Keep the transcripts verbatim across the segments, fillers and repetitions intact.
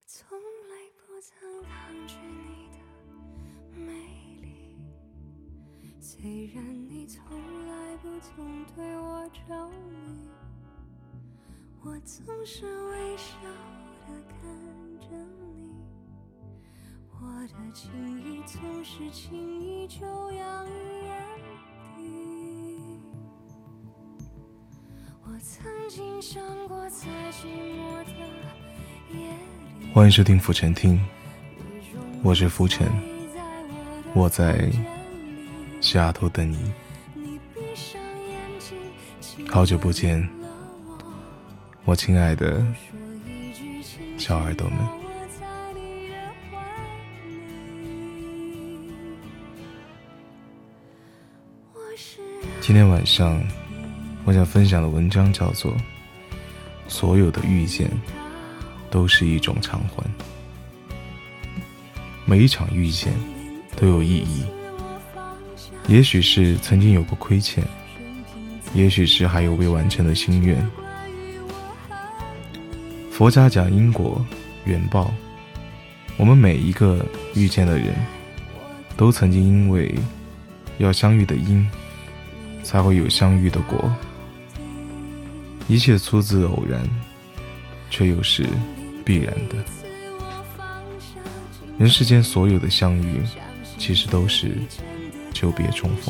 从来不曾抗拒你的美丽，虽然你从来不曾对我着迷，我总是微笑地看着你，我的情意总是轻易就洋溢眼底。我曾经想过在寂寞的夜里， 欢迎收听浮沉听，我是浮沉，我在西雅图等你。好久不见，我亲爱的小耳朵们。今天晚上我想分享的文章叫做《所有的遇见都是一种偿还》。每一场遇见都有意义，也许是曾经有过亏欠，也许是还有未完成的心愿。佛家讲因果缘报，我们每一个遇见的人都曾经因为要相遇的因，才会有相遇的果。一切出自偶然，却又是必然的。人世间所有的相遇，其实都是久别重逢。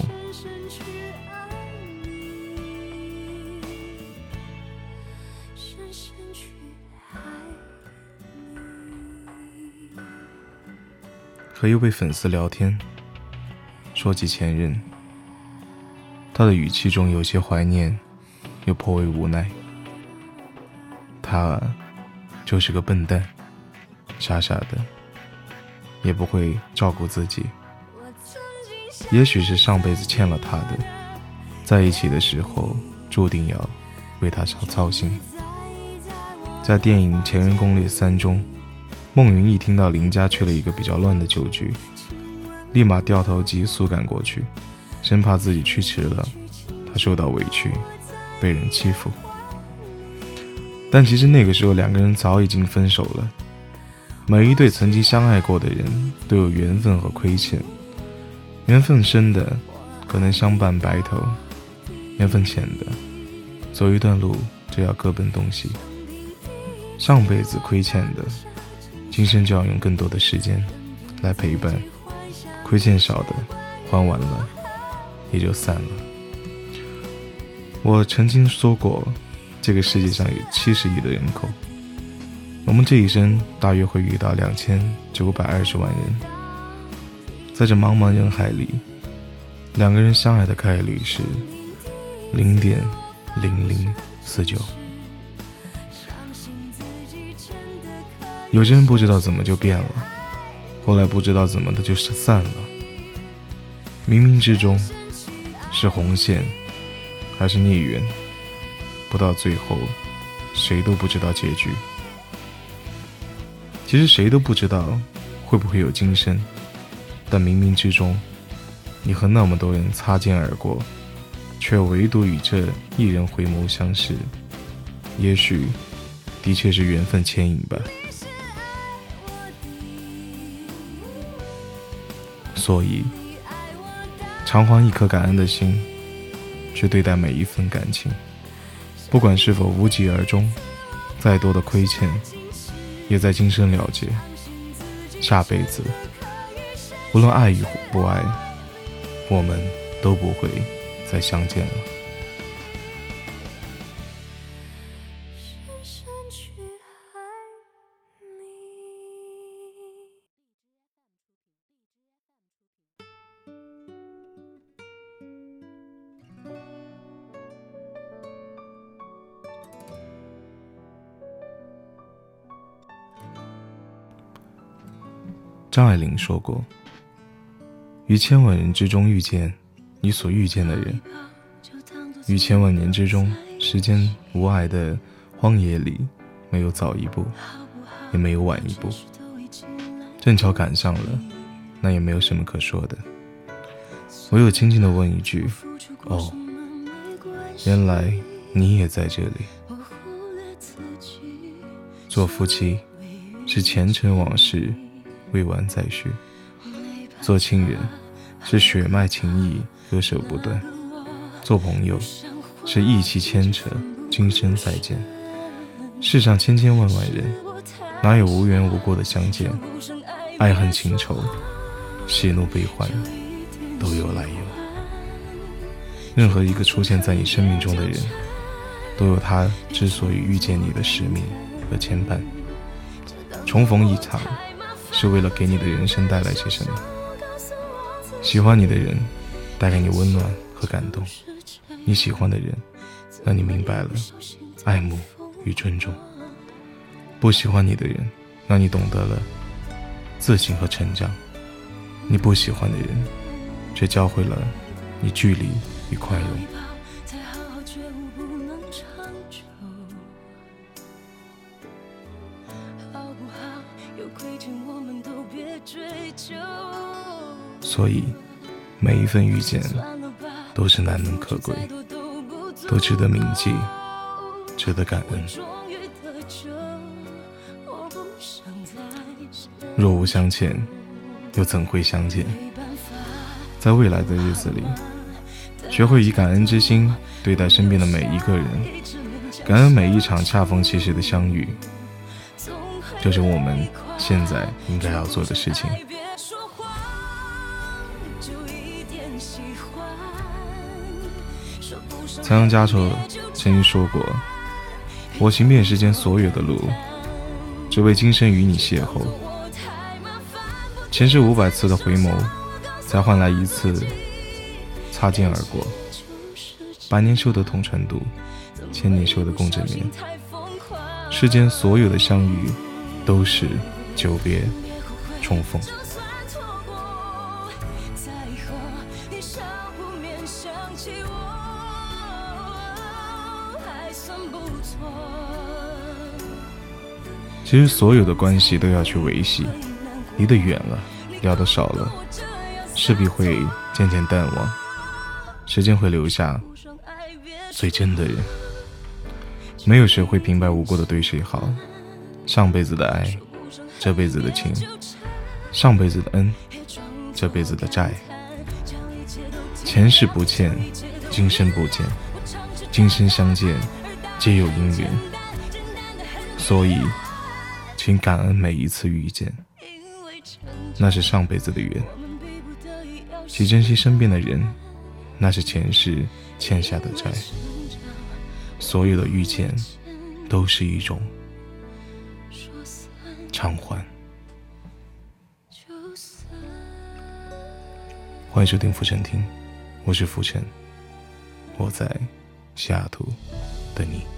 和一位粉丝聊天，说起前任，他的语气中有些怀念，又颇为无奈。他就是个笨蛋，傻傻的，也不会照顾自己。也许是上辈子欠了他的，在一起的时候注定要为他操心。在电影《前任攻略三》中，孟云一听到林家去了一个比较乱的酒局，立马掉头急速赶过去，生怕自己去迟了，他受到委屈，被人欺负。但其实那个时候两个人早已经分手了。每一对曾经相爱过的人都有缘分和亏欠，缘分深的可能相伴白头，缘分浅的走一段路就要各奔东西。上辈子亏欠的，今生就要用更多的时间来陪伴，亏欠少的还完了也就散了。我曾经说过，这个世界上有七十亿的人口，我们这一生大约会遇到两千九百二十万人。在这茫茫人海里，两个人相爱的概率是零点零零四九。有些人不知道怎么就变了，后来不知道怎么的就是散了。冥冥之中，是红线还是孽缘，不到最后谁都不知道结局。其实谁都不知道会不会有今生，但冥冥之中，你和那么多人擦肩而过，却唯独与这一人回眸相视，也许的确是缘分牵引吧。所以偿还一颗感恩的心，去对待每一份感情，不管是否无疾而终，再多的亏欠也在今生了结。下辈子无论爱与不爱，我们都不会再相见了。张爱玲说过，于千万人之中遇见你所遇见的人，于千万年之中时间无碍的荒野里，没有早一步，也没有晚一步，正巧赶上了，那也没有什么可说的，唯有轻轻地问一句，哦，原来你也在这里。做夫妻是前尘往事未完再续，做亲人是血脉情谊割舍不断，做朋友是义气牵扯今生再见。世上千千万万人，哪有无缘无故的相见？爱恨情仇，喜怒悲欢，都有来由。任何一个出现在你生命中的人，都有他之所以遇见你的使命和牵绊。重逢一场，是为了给你的人生带来些什么？喜欢你的人，带给你温暖和感动；你喜欢的人，让你明白了爱慕与尊重；不喜欢你的人，让你懂得了自信和成长；你不喜欢的人，却教会了你距离与宽容。所以每一份遇见都是难能可贵，都值得铭记，值得感恩。若无相欠，又怎会相见？在未来的日子里，学会以感恩之心对待身边的每一个人，感恩每一场恰逢其时的相遇，这是我们现在应该要做的事情。仓央嘉措曾经说过，我行遍世间所有的路，只为今生与你邂逅。前世五百次的回眸，才换来一次擦肩而过。百年修得同船渡，千年修得共枕眠。世间所有的相遇，都是久别重逢。其实所有的关系都要去维系，离得远了，聊得少了，势必会渐渐淡忘。时间会留下最真的人，没有谁会平白无故的对谁好。上辈子的爱，这辈子的情；上辈子的恩，这辈子的债。前世不欠，今生不见，今生相见，皆有因缘。所以请感恩每一次遇见，那是上辈子的缘；请珍惜身边的人，那是前世欠下的债。所有的遇见都是一种偿还。欢迎收听浮沉听，我是浮沉，我在西雅图等你。